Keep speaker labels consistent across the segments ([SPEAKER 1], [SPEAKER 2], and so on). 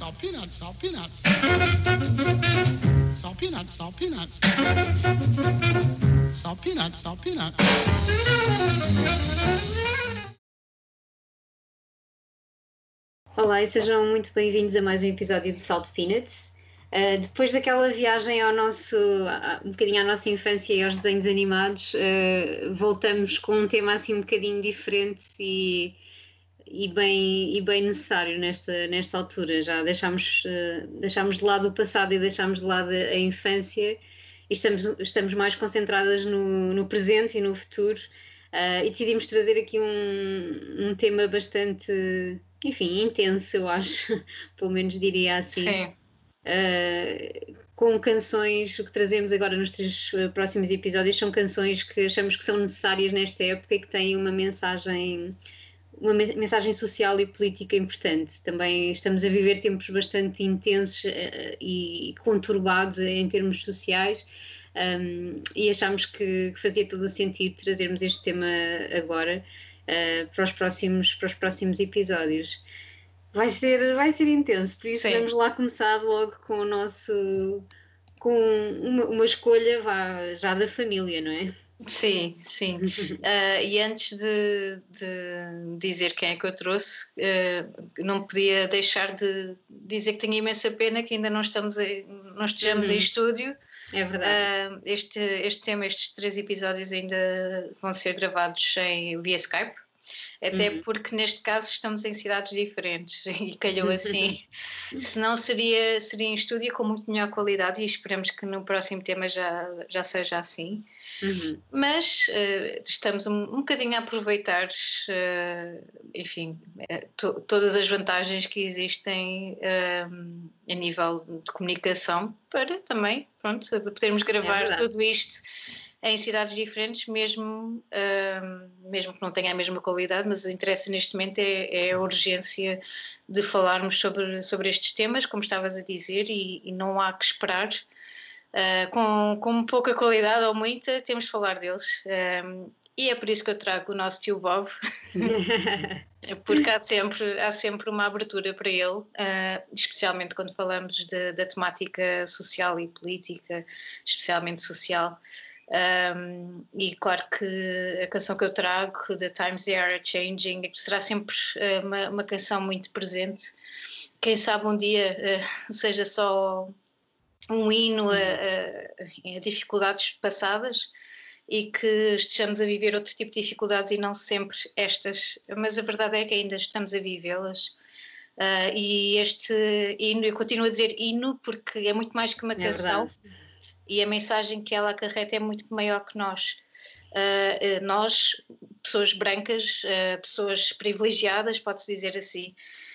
[SPEAKER 1] salt peanuts, salt peanuts. Salt peanuts, salt peanuts. Salt peanuts, salt peanuts.
[SPEAKER 2] Olá e sejam muito bem-vindos a mais um episódio de Salt Peanuts. Depois daquela viagem um bocadinho à nossa infância e aos desenhos animados, voltamos com um tema assim um bocadinho diferente e bem necessário nesta altura. Já deixámos de lado o passado e deixámos de lado a infância e estamos mais concentradas no presente e no futuro, e decidimos trazer aqui um tema bastante, enfim, intenso, eu acho, pelo menos diria assim.
[SPEAKER 3] Sim.
[SPEAKER 2] Com canções, o que trazemos agora nos 3 próximos episódios são canções que achamos que são necessárias nesta época e que têm uma mensagem social e política importante. Também estamos a viver tempos bastante intensos e conturbados em termos sociais, e achámos que fazia todo o sentido trazermos este tema agora, para os próximos episódios. Vai ser intenso, por isso vamos lá começar logo com uma escolha já da família, não é?
[SPEAKER 3] Sim. E antes de dizer quem é que eu trouxe, não podia deixar de dizer que tenho imensa pena que ainda não estejamos em estúdio.
[SPEAKER 2] É verdade.
[SPEAKER 3] Este tema, estes 3 episódios ainda vão ser gravados via Skype. Até porque neste caso estamos em cidades diferentes e calhou assim. Senão seria em estúdio com muito melhor qualidade, e esperamos que no próximo tema já seja assim. Mas estamos um bocadinho a aproveitar, enfim, todas as vantagens que existem a nível de comunicação, para também, pronto, podermos gravar tudo isto em cidades diferentes, mesmo que não tenha a mesma qualidade, mas o interesse neste momento é a urgência de falarmos sobre estes temas, como estavas a dizer, e não há que esperar. Com pouca qualidade ou muita, temos de falar deles. E é por isso que eu trago o nosso tio Bob, porque há sempre uma abertura para ele, especialmente quando falamos da temática social e política, especialmente social. E claro que a canção que eu trago, The Times They Are Changing, será sempre uma canção muito presente. Quem sabe um dia seja só um hino a dificuldades passadas, e que estejamos a viver outro tipo de dificuldades e não sempre estas, mas a verdade é que ainda estamos a vivê-las. E este hino, eu continuo a dizer hino porque é muito mais que uma canção.
[SPEAKER 2] Verdade.
[SPEAKER 3] E a mensagem que ela acarreta é muito maior que nós. Nós, pessoas brancas, pessoas privilegiadas, pode-se dizer assim,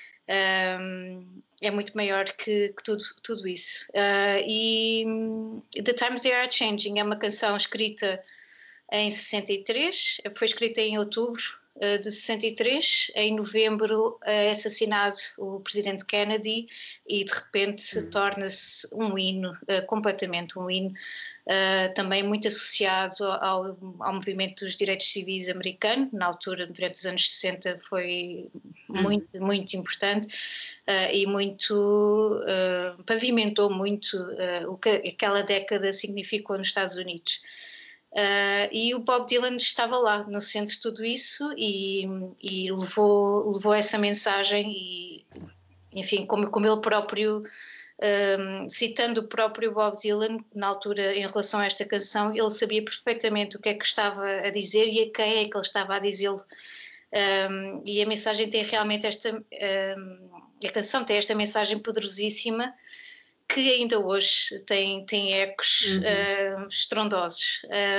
[SPEAKER 3] é muito maior que tudo isso. E The Times They Are Changing é uma canção escrita em 63, foi escrita em outubro de 63, em novembro é assassinado o presidente Kennedy e de repente torna-se um hino, completamente um hino, também muito associado ao movimento dos direitos civis americano. Na altura, durante os anos 60, foi muito importante, e pavimentou muito o que aquela década significou nos Estados Unidos. E o Bob Dylan estava lá no centro de tudo isso e levou essa mensagem, e enfim, como ele próprio, citando o próprio Bob Dylan na altura em relação a esta canção, ele sabia perfeitamente o que é que estava a dizer e a quem é que ele estava a dizê-lo. E a mensagem tem realmente a canção tem esta mensagem poderosíssima, que ainda hoje tem ecos estrondosos.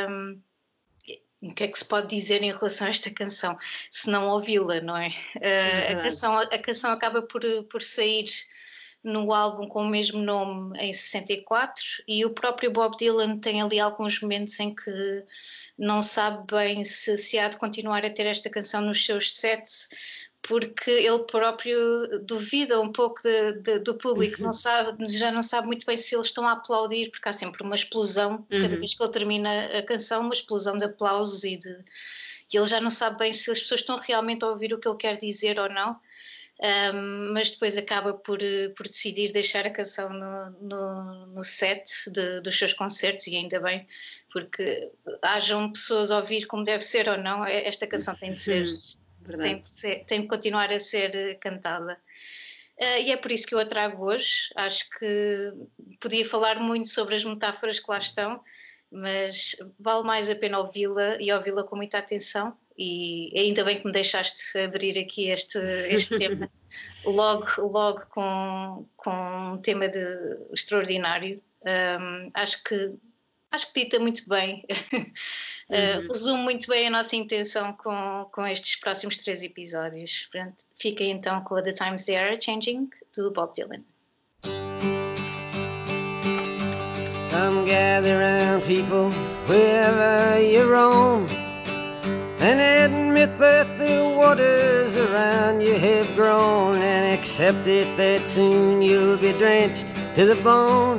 [SPEAKER 3] O que é que se pode dizer em relação a esta canção, se não ouvi-la, não é? A canção acaba por sair no álbum com o mesmo nome em 64, e o próprio Bob Dylan tem ali alguns momentos em que não sabe bem se há de continuar a ter esta canção nos seus sets, porque ele próprio duvida um pouco do público, já não sabe muito bem se eles estão a aplaudir, porque há sempre uma explosão, cada vez que ele termina a canção, uma explosão de aplausos, e ele já não sabe bem se as pessoas estão realmente a ouvir o que ele quer dizer ou não. mas depois acaba por decidir deixar a canção no set dos seus concertos, e ainda bem, porque hajam pessoas a ouvir como deve ser ou não, esta canção tem de ser, tem de continuar a ser cantada. E é por isso que eu a trago hoje. Acho que podia falar muito sobre as metáforas que lá estão, mas vale mais a pena ouvi-la e ouvi-la com muita atenção. E ainda bem que me deixaste abrir aqui este tema logo com um tema extraordinário. Acho que dita muito bem, resume muito bem a nossa intenção com estes próximos 3 episódios. Pronto, fiquem então com The Times They Are Changing, do Bob Dylan.
[SPEAKER 4] Come gather round, people, wherever you roam, and admit that the waters around you have grown, and accept it that soon you'll be drenched to the bone.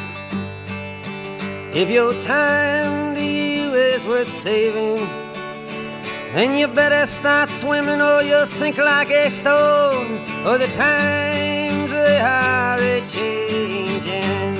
[SPEAKER 4] If your time to you is worth saving, then you better start swimming or you'll sink like a stone, for the times they are a-changing.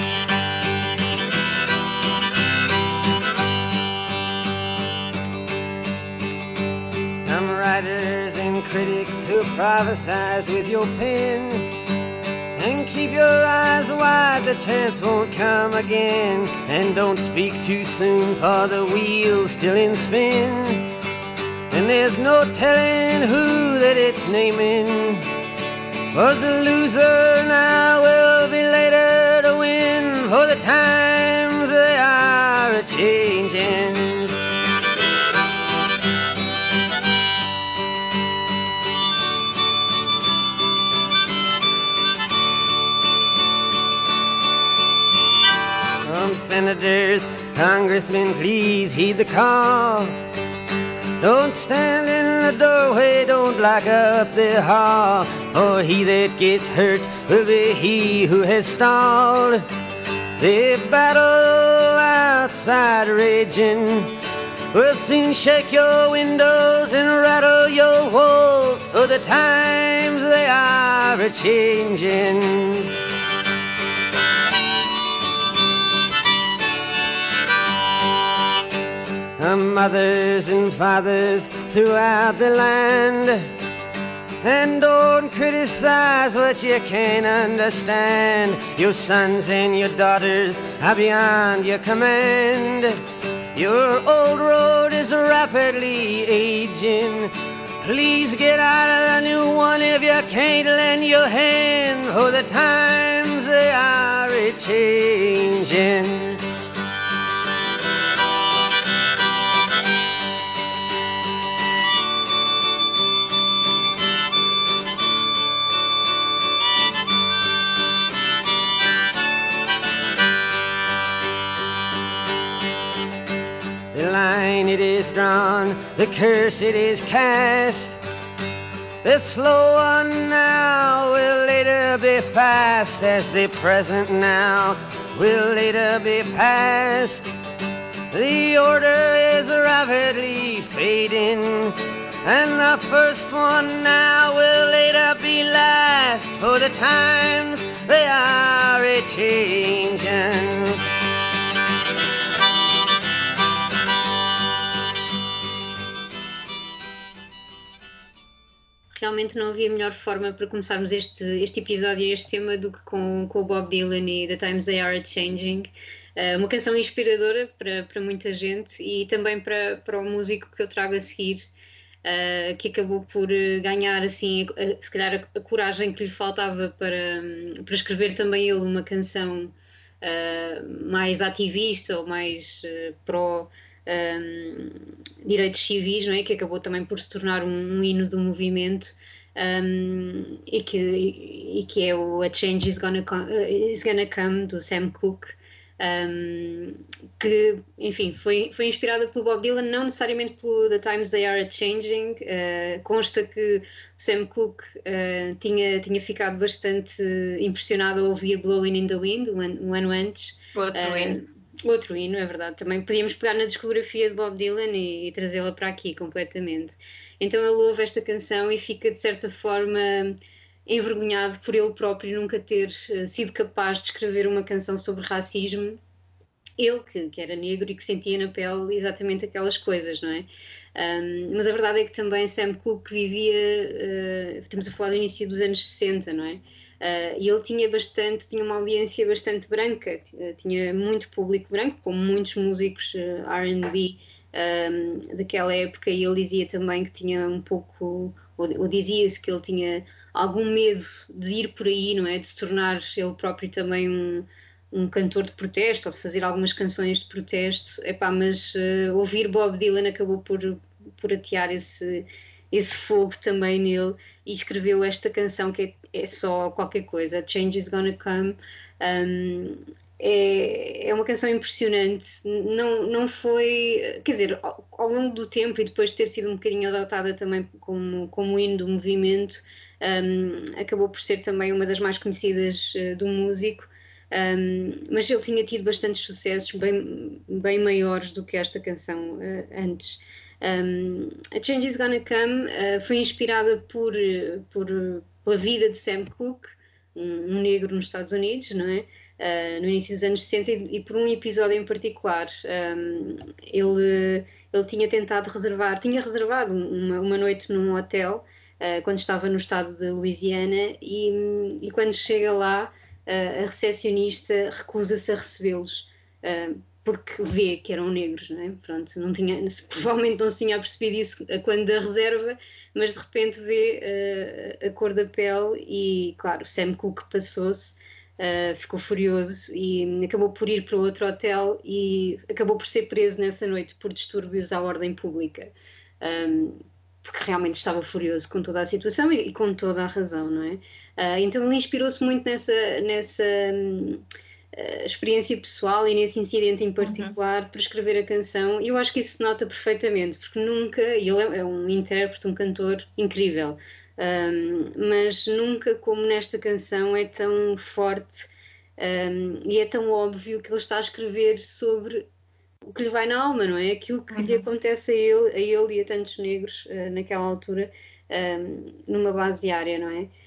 [SPEAKER 4] Some writers and critics who prophesize with your pen, and keep your eyes wide, the chance won't come again. And don't speak too soon, for the wheel's still in spin, and there's no telling who that it's naming. Was the loser now will be later to win, for the times they are a-changing. Senators, congressmen, please heed the call. Don't stand in the doorway, don't block up the hall, for he that gets hurt will be he who has stalled. The battle outside raging will soon shake your windows and rattle your walls, for the times they are a-changing. Mothers and fathers throughout the land, and don't criticize what you can't understand. Your sons and your daughters are beyond your command. Your old road is rapidly aging. Please get out of the new one if you can't lend your hand, for the times they are a-changing. It is drawn, the curse it is cast. The slow one now will later be fast, as the present now will later be past. The order is rapidly fading, and the first one now will later be last, for the times they are a-changing.
[SPEAKER 2] Realmente não havia melhor forma para começarmos este episódio e este tema do que com o Bob Dylan e The Times They Are A-Changing. Uma canção inspiradora para muita gente, e também para o músico que eu trago a seguir, que acabou por ganhar assim, se calhar a coragem que lhe faltava para escrever também ele uma canção mais ativista ou mais pró direitos civis, não é? Que acabou também por se tornar um hino do movimento, e que é o A Change is Gonna Come, do Sam Cooke, que, enfim, foi inspirada pelo Bob Dylan, não necessariamente pelo The Times They Are A-Changing. Consta que Sam Cooke tinha ficado bastante impressionado ao ouvir Blowing in the Wind, um ano antes.
[SPEAKER 3] Outro hino.
[SPEAKER 2] Outro hino, é verdade. Também podíamos pegar na discografia de Bob Dylan e trazê-la para aqui completamente. Então ele ouve esta canção e fica, de certa forma, envergonhado por ele próprio nunca ter sido capaz de escrever uma canção sobre racismo. Ele, que era negro e que sentia na pele exatamente aquelas coisas, não é? Mas a verdade é que também Sam Cooke vivia, estamos a falar do início dos anos 60, não é? E ele tinha uma audiência bastante branca, tinha muito público branco, como muitos músicos R&B daquela época, e ele dizia também que tinha um pouco, ou dizia-se que ele tinha algum medo de ir por aí, não é? De se tornar ele próprio também um cantor de protesto, ou de fazer algumas canções de protesto. Mas ouvir Bob Dylan acabou por atear esse fogo também nele, e escreveu esta canção que é só qualquer coisa, Change is Gonna Come. É uma canção impressionante, não foi, quer dizer, ao longo do tempo e depois de ter sido um bocadinho adotada também como hino do movimento, acabou por ser também uma das mais conhecidas do músico. Mas ele tinha tido bastantes sucessos bem maiores do que esta canção antes. A Change is Gonna Come foi inspirada pela vida de Sam Cooke, um negro nos Estados Unidos, não é? No início dos anos 60, e por um episódio em particular. Ele tinha reservado uma noite num hotel quando estava no estado de Louisiana, e quando chega lá, a recepcionista recusa-se a recebê-los, porque vê que eram negros, não é? Pronto, provavelmente não se tinha percebido isso quando da reserva, mas de repente vê a cor da pele e, claro, Sam Cooke passou-se, ficou furioso e acabou por ir para outro hotel e acabou por ser preso nessa noite por distúrbios à ordem pública, porque realmente estava furioso com toda a situação e com toda a razão, não é? Então ele inspirou-se muito nessa experiência pessoal e nesse incidente em particular para escrever a canção, e eu acho que isso se nota perfeitamente, porque ele é um intérprete, um cantor incrível, mas nunca como nesta canção é tão forte e é tão óbvio que ele está a escrever sobre o que lhe vai na alma, não é? Aquilo que lhe acontece a ele e a tantos negros naquela altura, numa base diária, não é?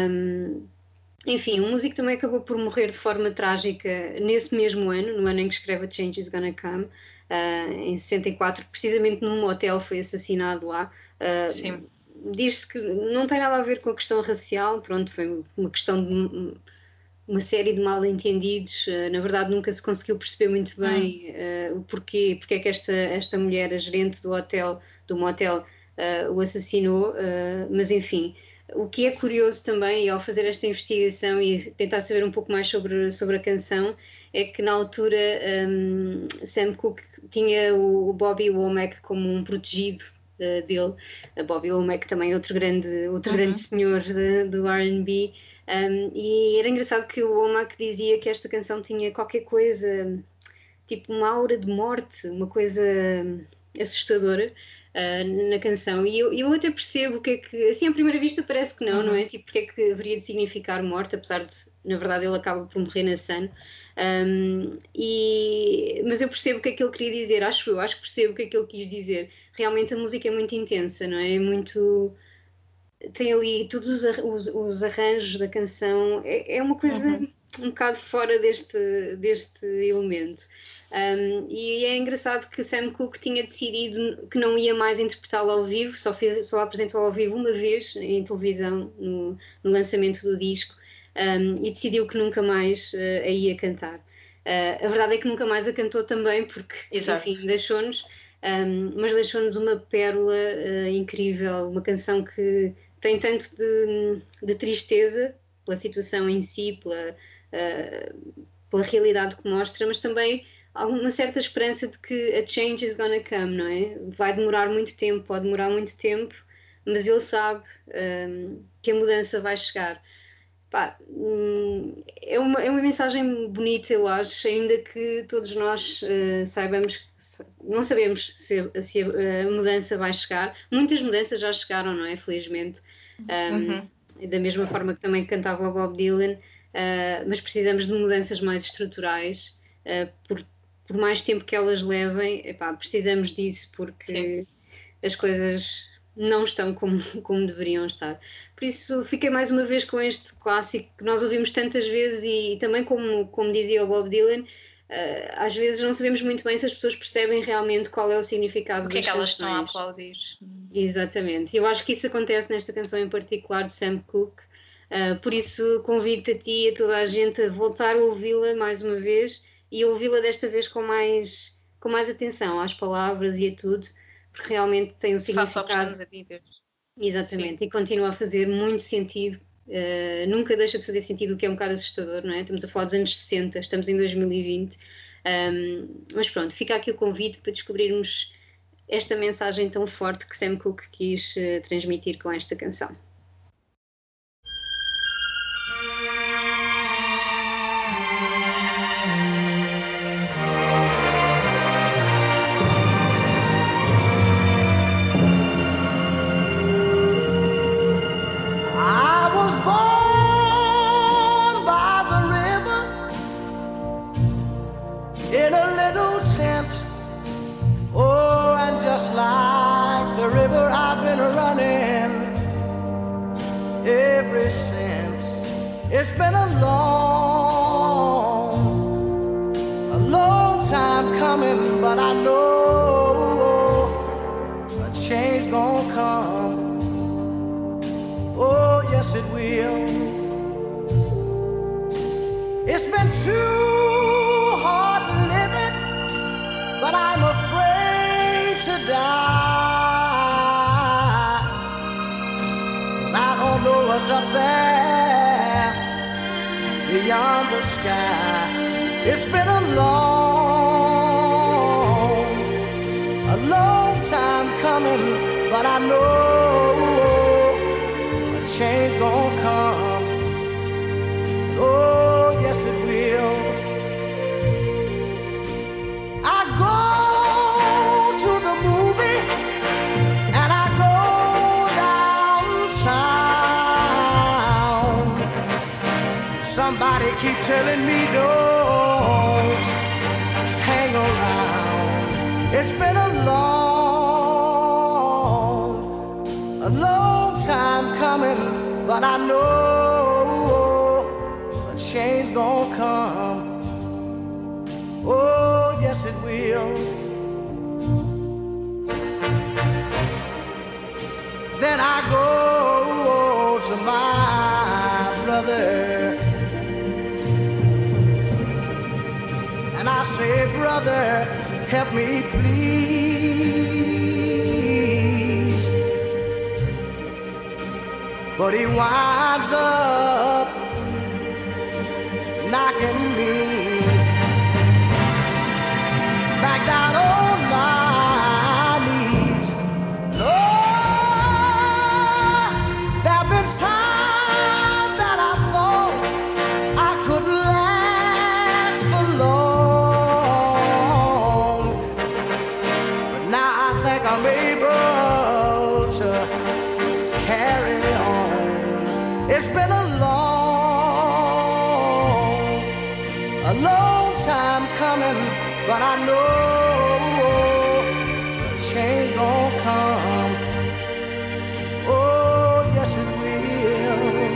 [SPEAKER 2] Enfim, o músico também acabou por morrer de forma trágica nesse mesmo ano, no ano em que escreve a Change is Gonna Come, em 64, precisamente num motel, foi assassinado lá.
[SPEAKER 3] Sim.
[SPEAKER 2] Diz-se que não tem nada a ver com a questão racial, pronto, foi uma questão de uma série de mal-entendidos. Na verdade nunca se conseguiu perceber muito bem o porque é que esta mulher, a gerente do motel, o assassinou, mas enfim. O que é curioso também, e ao fazer esta investigação e tentar saber um pouco mais sobre a canção, é que na altura Sam Cooke tinha o Bobby Womack como um protegido dele. Bobby Womack também outro grande senhor do R&B, e era engraçado que o Womack dizia que esta canção tinha qualquer coisa, tipo uma aura de morte, uma coisa assustadora na canção, e eu até percebo que é que, assim à primeira vista parece que não é? Tipo, porque é que haveria de significar morte, apesar de, na verdade, ele acaba por morrer na Sun, mas eu percebo o que é que ele queria dizer, acho que percebo o que é que ele quis dizer. Realmente a música é muito intensa, não é? É muito... tem ali todos os arranjos da canção, é uma coisa um bocado fora deste elemento. E é engraçado que Sam Cooke tinha decidido que não ia mais interpretá-lo ao vivo, só apresentou ao vivo uma vez em televisão no lançamento do disco, e decidiu que nunca mais a ia cantar. A verdade é que nunca mais a cantou também, porque enfim, deixou-nos, mas deixou-nos uma pérola incrível, uma canção que tem tanto de tristeza pela situação em si, pela realidade que mostra, mas também há uma certa esperança de que a change is gonna come, não é? Vai demorar muito tempo, pode demorar muito tempo, mas ele sabe que a mudança vai chegar. É uma mensagem bonita, eu acho, ainda que todos nós não sabemos se a mudança vai chegar. Muitas mudanças já chegaram, não é? Felizmente. Da mesma forma que também cantava o Bob Dylan, mas precisamos de mudanças mais estruturais, por mais tempo que elas levem, epá, precisamos disso porque as coisas não estão como deveriam estar. Por isso fiquei mais uma vez com este clássico que nós ouvimos tantas vezes e também como dizia o Bob Dylan, às vezes não sabemos muito bem se as pessoas percebem realmente qual é o significado
[SPEAKER 3] O que é
[SPEAKER 2] das
[SPEAKER 3] que elas estão a
[SPEAKER 2] canções.
[SPEAKER 3] aplaudir?
[SPEAKER 2] Exatamente. Eu acho que isso acontece nesta canção em particular de Sam Cooke. Por isso convido-te a ti e a toda a gente a voltar a ouvi-la mais uma vez e ouvi-la desta vez com mais atenção às palavras e a tudo, porque realmente tem um
[SPEAKER 3] Faça o que
[SPEAKER 2] significado.
[SPEAKER 3] estamos a viver.
[SPEAKER 2] Exatamente, e continua a fazer muito sentido. Nunca deixa de fazer sentido, o que é um bocado assustador, não é? Estamos a falar dos anos 60, estamos em 2020. Mas pronto, fica aqui o convite para descobrirmos esta mensagem tão forte que Sam Cooke quis transmitir com esta canção.
[SPEAKER 5] I was born by the river in a little tent. Oh, and just like the river, I've been running ever since. It's been a long time coming, but I know a change gonna come. Oh, yes it will. It's been too hard living, but I'm afraid to die. 'Cause I don't know what's up there beyond the sky. It's been a long time coming, but I know change gonna come. Oh, yes it will. I go to the movie and I go downtown. Somebody keep telling me don't hang around. It's been a long time coming, but I know a change gonna come. Oh, yes it will. Then I go to my brother and I say, brother, help me please. But he winds up knocking me back down on my knees. Lord, there've been times that I thought I couldn't last for long, but now I think I'm able to carry on. It's been a long time coming, but I know a change gonna come. Oh, yes it will.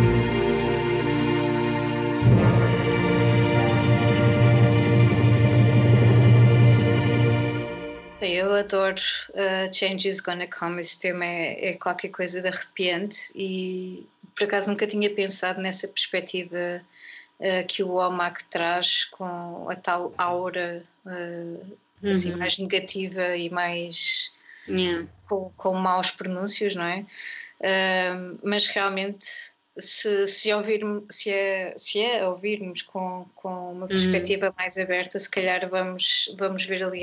[SPEAKER 3] Eu adoro Change is Gonna Come. Esse tema é qualquer coisa de arrepiante e por acaso nunca tinha pensado nessa perspectiva que o Womack traz, com a tal aura assim, mais negativa e mais com maus pronúncios, não é? Mas realmente se ouvirmos com uma perspectiva mais aberta, se calhar vamos ver ali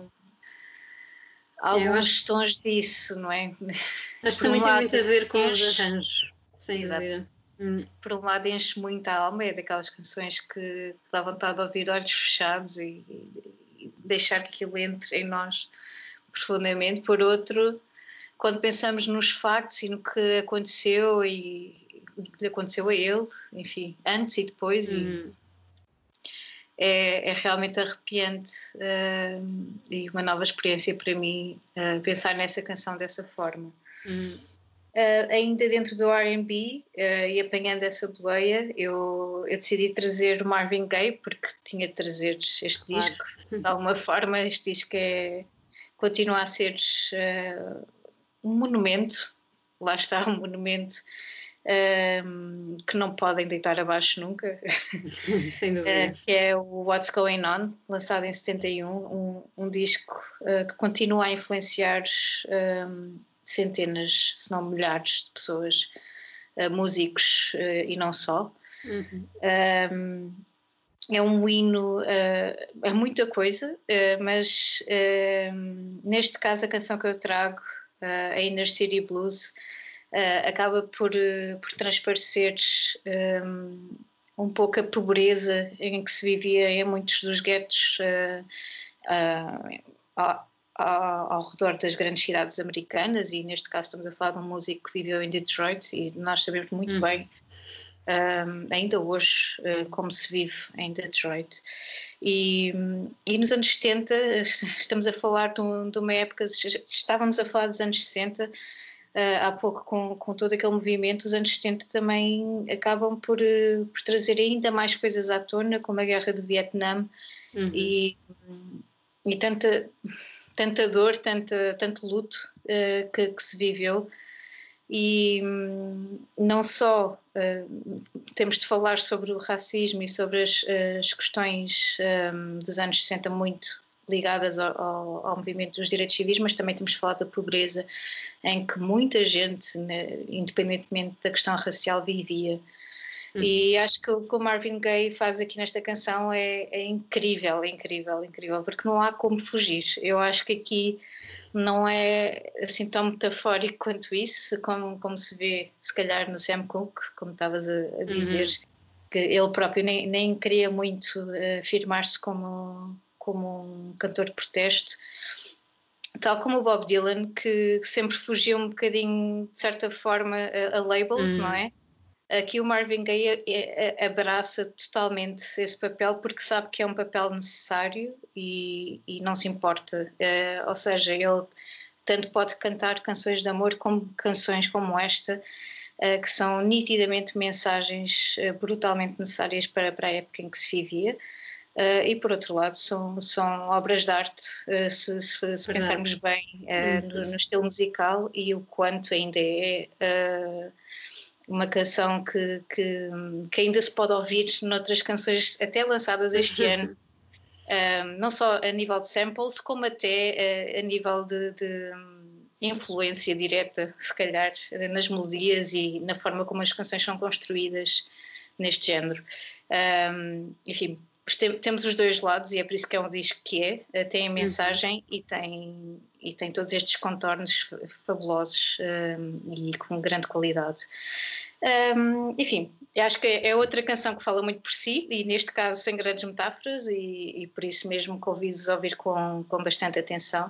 [SPEAKER 3] alguns tons disso, não é?
[SPEAKER 2] Acho que também tem muito a ver com os arranjos, sem dúvida.
[SPEAKER 3] Por um lado enche muito a alma, é daquelas canções que dá vontade de ouvir olhos fechados e deixar que aquilo entre em nós profundamente. Por outro, quando pensamos nos factos e no que aconteceu e o que lhe aconteceu a ele, enfim, antes e depois, é realmente arrepiante e uma nova experiência para mim pensar nessa canção dessa forma. Ainda dentro do R&B e apanhando essa boleia, eu decidi trazer o Marvin Gaye, porque tinha de trazer este disco. De alguma forma este disco continua a ser um monumento, lá está, um monumento que não podem deitar abaixo nunca.
[SPEAKER 2] Sem dúvida.
[SPEAKER 3] Que é o What's Going On, lançado em 71, um disco que continua a influenciar centenas, se não milhares de pessoas, músicos e não só. É um hino, é muita coisa, mas neste caso a canção que eu trago, a Inner City Blues, acaba por transparecer um pouco a pobreza em que se vivia em muitos dos guetos ao redor das grandes cidades americanas, e neste caso estamos a falar de um músico que viveu em Detroit, e nós sabemos muito bem ainda hoje como se vive em Detroit. E nos anos 70 estamos a falar de uma época, estávamos a falar dos anos 60 há pouco com todo aquele movimento. Os anos 70 também acabam por trazer ainda mais coisas à tona, como a guerra do Vietnã e tanta dor, tanto luto que se viveu. E não só temos de falar sobre o racismo e sobre as questões dos anos 60 muito ligadas ao movimento dos direitos civis, mas também temos de falar da pobreza em que muita gente, independentemente da questão racial, vivia. E acho que o que o Marvin Gaye faz aqui nesta canção é incrível, porque não há como fugir. Eu acho que aqui não é assim tão metafórico quanto isso, como se vê se calhar no Sam Cooke, como estavas a dizer, que ele próprio nem queria muito afirmar-se como um cantor de protesto, tal como o Bob Dylan, que sempre fugiu um bocadinho, de certa forma, a labels, não é? Aqui o Marvin Gaye abraça totalmente esse papel, porque sabe que é um papel necessário e não se importa. Ou seja, ele tanto pode cantar canções de amor como canções como esta, que são nitidamente mensagens brutalmente necessárias para a época em que se vivia. E por outro lado são obras de arte, se pensarmos bem no estilo musical, e o quanto ainda é uma canção que ainda se pode ouvir noutras canções até lançadas este ano, não só a nível de samples, como até a nível de influência direta, se calhar, nas melodias e na forma como as canções são construídas neste género. Enfim, temos os dois lados, e é por isso que é um disco que tem a mensagem e tem todos estes contornos fabulosos e com grande qualidade. Enfim, acho que é outra canção que fala muito por si, e neste caso sem grandes metáforas, e por isso mesmo convido-vos a ouvir com bastante atenção.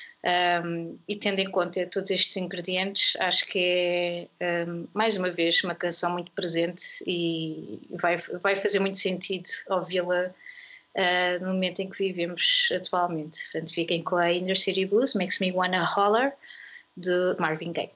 [SPEAKER 3] E tendo em conta todos estes ingredientes, acho que é mais uma vez uma canção muito presente, e vai fazer muito sentido ouvi-la no momento em que vivemos atualmente. Portanto, fiquem com a Inner City Blues, Makes Me Wanna Holler, de Marvin Gaye.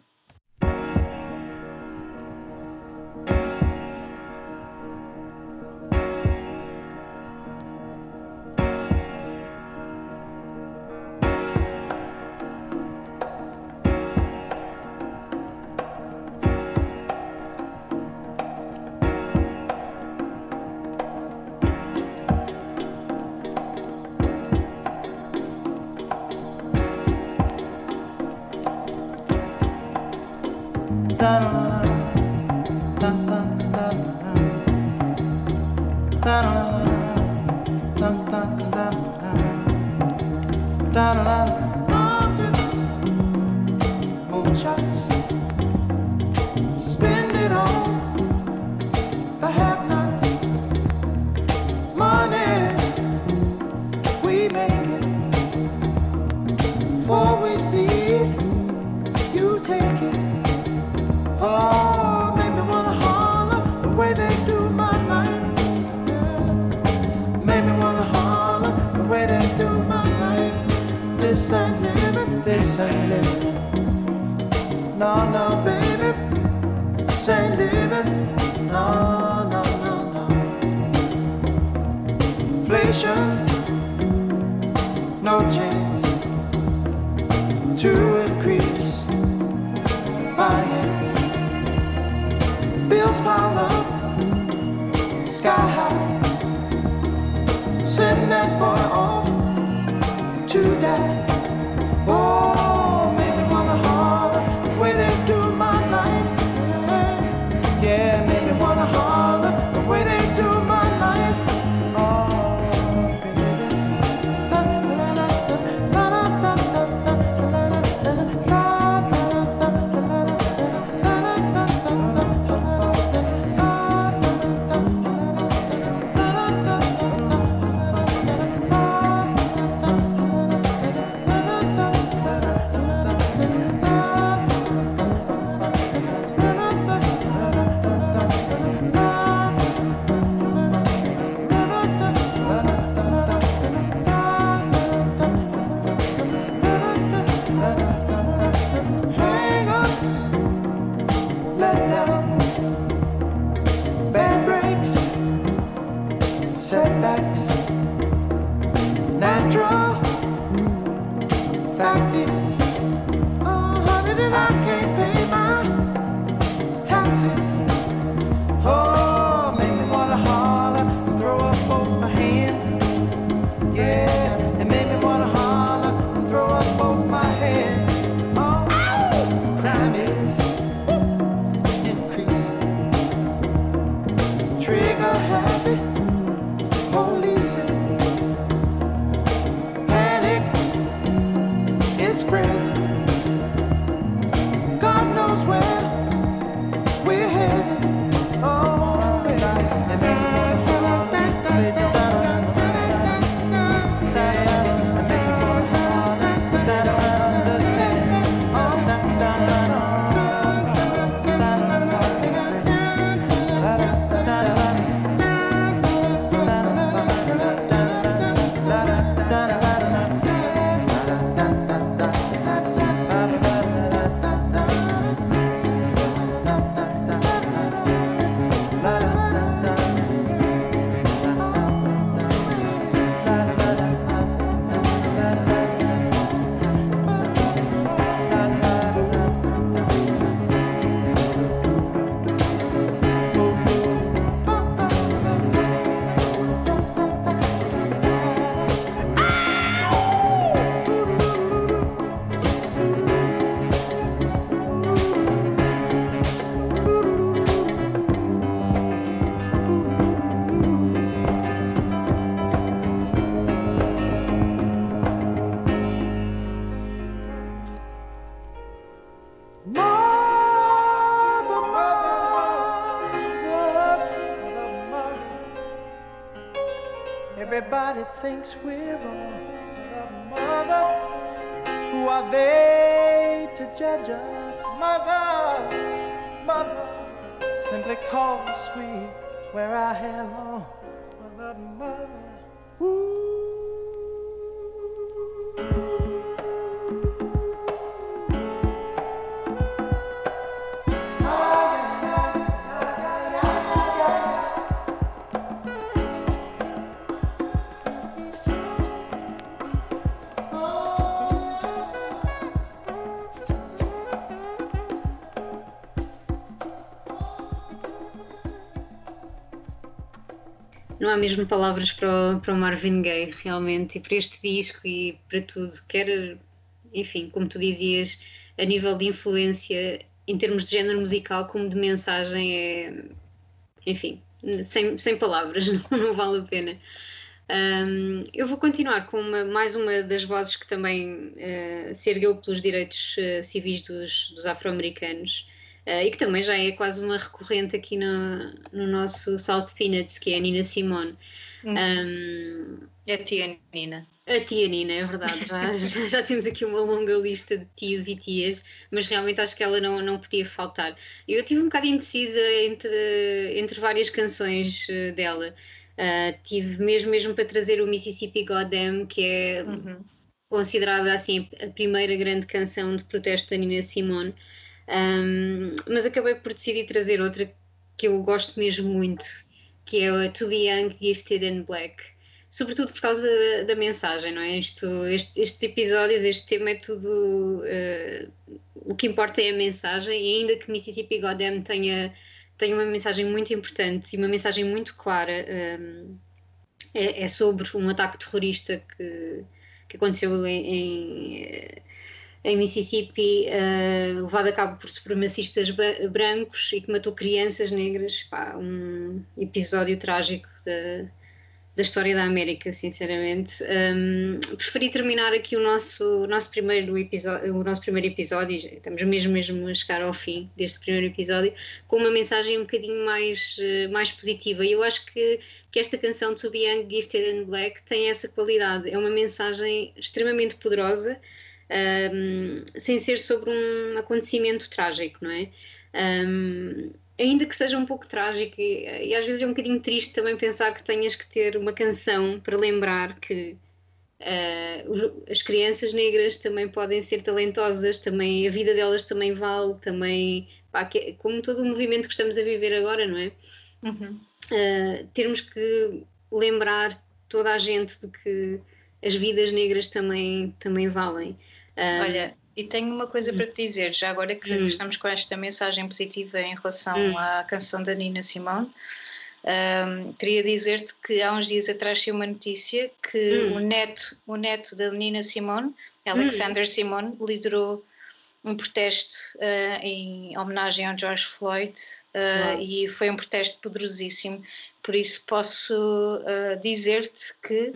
[SPEAKER 5] Oh, make me wanna bills pile up, sky high, send that boy off to die. Oh, make me wanna holler the way they do my life. Yeah, make me wanna holler the way they do my life. Oh, baby. La la la la la la la la la la. Setbacks, natural. Fact is, honey, that I can't pay my taxes. Oh, make me wanna holler and throw up both my hands. Yeah, it made me wanna holler and throw up both my hands. Oh, crime is increasing. Trigger happy. Policing, panic is spreading. God knows where we're headed. Oh, baby. Everybody thinks we're wrong. Mother, who are they to judge us? Mother, mother, simply cause we wear our hair long. Mother, mother, ooh.
[SPEAKER 2] Não há mesmo palavras para o Marvin Gaye, realmente, e para este disco e para tudo, quer, enfim, como tu dizias, a nível de influência, em termos de género musical, como de mensagem, é, enfim, sem palavras, não vale a pena. Eu vou continuar com mais uma das vozes que também se ergueu pelos direitos civis dos afro-americanos, e que também já é quase uma recorrente aqui no nosso South Peanuts, que é a Nina Simone.
[SPEAKER 3] É a tia Nina.
[SPEAKER 2] A tia Nina, é verdade, já temos aqui uma longa lista de tios e tias, mas realmente acho que ela não podia faltar. Eu estive um bocado indecisa entre várias canções dela. Tive mesmo para trazer o Mississippi Goddam, que é considerada assim a primeira grande canção de protesto da Nina Simone. Mas acabei por decidir trazer outra que eu gosto mesmo muito, que é a To Be Young, Gifted and Black, sobretudo por causa da mensagem, não é? Estes episódios, este tema é tudo, o que importa é a mensagem, e ainda que Mississippi Goddam tenha tem uma mensagem muito importante e uma mensagem muito clara. É sobre um ataque terrorista que aconteceu em Mississippi, levado a cabo por supremacistas brancos e que matou crianças negras. Pá, um episódio trágico da história da América, sinceramente. Preferi terminar aqui o nosso primeiro episódio, estamos mesmo a chegar ao fim deste primeiro episódio, com uma mensagem um bocadinho mais positiva. E eu acho que esta canção To Be Young, Gifted and Black tem essa qualidade. É uma mensagem extremamente poderosa, sem ser sobre um acontecimento trágico, não é? Ainda que seja um pouco trágico e às vezes é um bocadinho triste também pensar que tenhas que ter uma canção para lembrar que as crianças negras também podem ser talentosas, também a vida delas também vale, também, pá, como todo o movimento que estamos a viver agora, não é? Termos que lembrar toda a gente de que as vidas negras também valem.
[SPEAKER 3] Olha, e tenho uma coisa para te dizer, já agora que estamos com esta mensagem positiva em relação à canção da Nina Simone, queria dizer-te que há uns dias atrás tinha uma notícia que o neto da Nina Simone, Alexander Simone, liderou um protesto em homenagem ao George Floyd, e foi um protesto poderosíssimo, por isso posso dizer-te que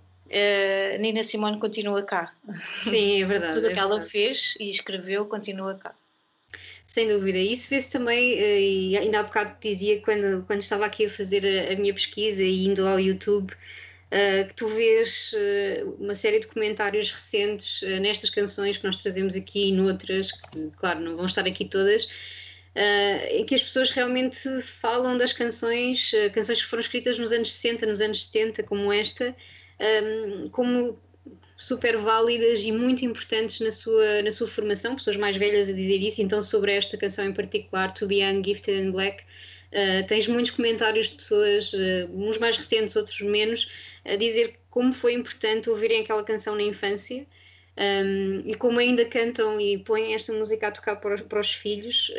[SPEAKER 3] Nina Simone continua cá.
[SPEAKER 2] Sim, é verdade.
[SPEAKER 3] Tudo o que ela fez e escreveu continua cá.
[SPEAKER 2] Sem dúvida. Isso vê-se também, e ainda há bocado te dizia, quando estava aqui a fazer a minha pesquisa e indo ao YouTube, que tu vês uma série de comentários recentes nestas canções que nós trazemos aqui e noutras, que claro não vão estar aqui todas, em que as pessoas realmente falam das canções que foram escritas nos anos 60, nos anos 70, como esta, como super válidas e muito importantes na sua formação, pessoas mais velhas a dizer isso. Então sobre esta canção em particular, To Be Young, Gifted and Black, tens muitos comentários de pessoas, uns mais recentes, outros menos, a dizer como foi importante ouvirem aquela canção na infância, e como ainda cantam e põem esta música a tocar para os filhos,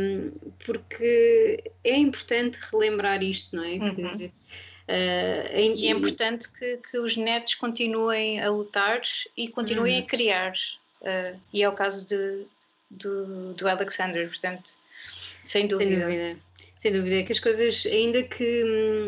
[SPEAKER 2] porque é importante relembrar isto, não é? Que,
[SPEAKER 3] e é importante que os netos continuem a lutar e continuem a criar, e é o caso do Alexander, portanto, sem dúvida.
[SPEAKER 2] Sem dúvida, que as coisas, ainda que,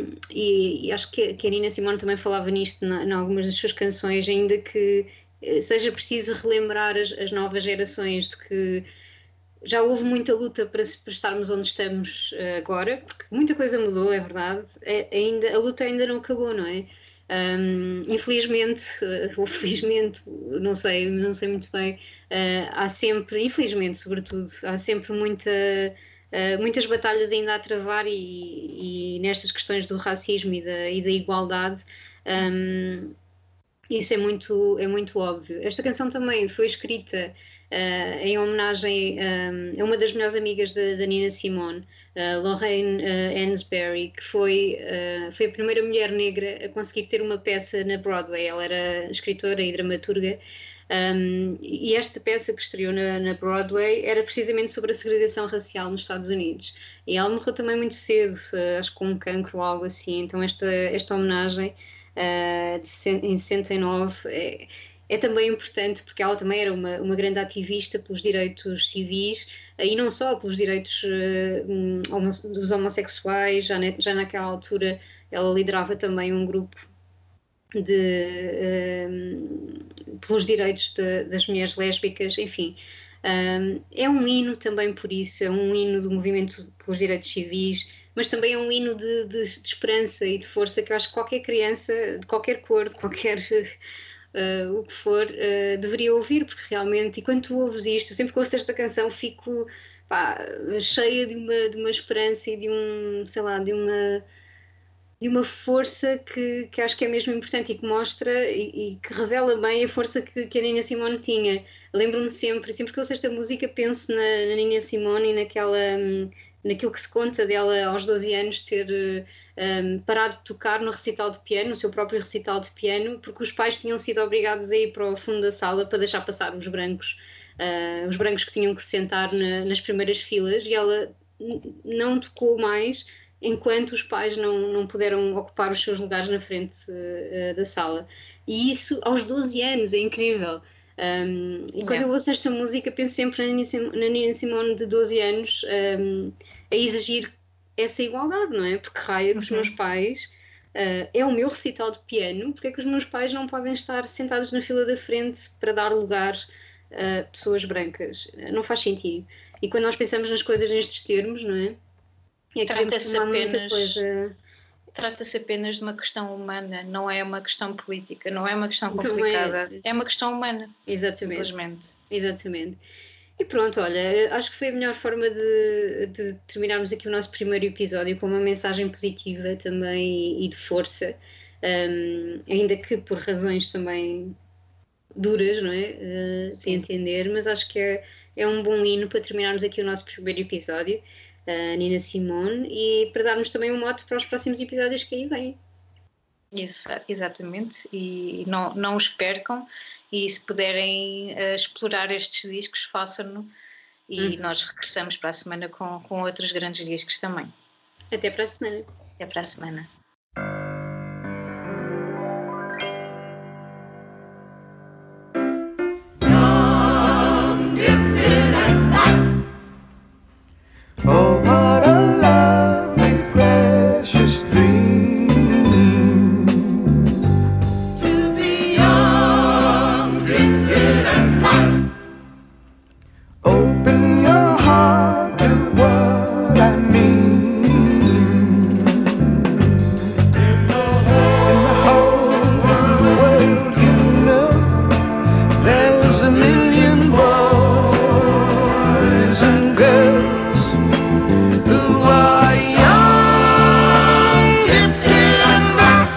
[SPEAKER 2] e acho que a Nina Simone também falava nisto em algumas das suas canções, ainda que seja preciso relembrar as novas gerações de que já houve muita luta para estarmos onde estamos agora, porque muita coisa mudou, é verdade, a luta ainda não acabou, não é? Infelizmente, ou felizmente, não sei muito bem, há sempre, infelizmente sobretudo, há sempre muitas batalhas ainda a travar e nestas questões do racismo e da igualdade, isso é muito óbvio. Esta canção também foi escrita em homenagem a uma das melhores amigas da Nina Simone, Lorraine Hansberry, que foi a primeira mulher negra a conseguir ter uma peça na Broadway. Ela era escritora e dramaturga, e esta peça que estreou na Broadway era precisamente sobre a segregação racial nos Estados Unidos. E ela morreu também muito cedo, acho que com um cancro ou algo assim. Então esta homenagem em 69 é também importante, porque ela também era uma grande ativista pelos direitos civis, e não só pelos direitos dos homossexuais. Já naquela altura ela liderava também um grupo pelos direitos das mulheres lésbicas, enfim. É um hino também por isso, é um hino do movimento pelos direitos civis, mas também é um hino de esperança e de força que eu acho que qualquer criança, de qualquer cor, de qualquer o que for, deveria ouvir, porque realmente, e quando tu ouves isto, sempre que ouço esta canção fico cheia de uma esperança e de uma força que acho que é mesmo importante e que mostra e que revela bem a força que a Nina Simone tinha. Lembro-me sempre que ouço esta música penso na Nina Simone e naquilo que se conta dela aos 12 anos ter parado de tocar no recital de piano, no seu próprio recital de piano, porque os pais tinham sido obrigados a ir para o fundo da sala para deixar passar os brancos que tinham que se sentar nas primeiras filas, e ela não tocou mais enquanto os pais não puderam ocupar os seus lugares na frente da sala. E isso aos 12 anos, é incrível. E quando eu ouço esta música, penso sempre na Nina Simone de 12 anos a exigir essa igualdade, não é? Porque raio que os meus pais... é o meu recital de piano, porque é que os meus pais não podem estar sentados na fila da frente para dar lugar a pessoas brancas? Não faz sentido. E quando nós pensamos nas coisas nestes termos, não é?
[SPEAKER 3] Trata-se apenas de uma questão humana, não é uma questão política, não é uma questão complicada, é uma questão humana.
[SPEAKER 2] Exatamente.
[SPEAKER 3] Simplesmente.
[SPEAKER 2] Exatamente. E pronto, olha, acho que foi a melhor forma de terminarmos aqui o nosso primeiro episódio com uma mensagem positiva também e de força, ainda que por razões também duras, não é? De entender, mas acho que é um bom hino para terminarmos aqui o nosso primeiro episódio, Nina Simone, e para darmos também um mote para os próximos episódios que aí vêm.
[SPEAKER 3] Isso, exatamente, e não os percam, e se puderem explorar estes discos, façam-no, e nós regressamos para a semana com outros grandes discos também.
[SPEAKER 2] Até para a semana.
[SPEAKER 3] Até para a semana.
[SPEAKER 5] Oh, what a lovely, precious dream. Open your heart to what I mean. In the whole world, you know, there's a million boys and girls who are young, gifted and black,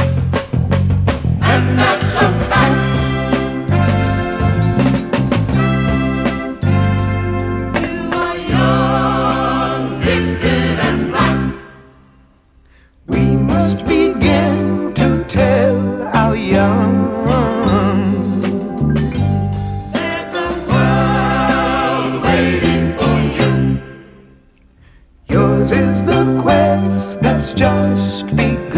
[SPEAKER 5] and that's a fact. We must begin to tell our young. There's a world waiting for you. Yours is the quest that's just begun.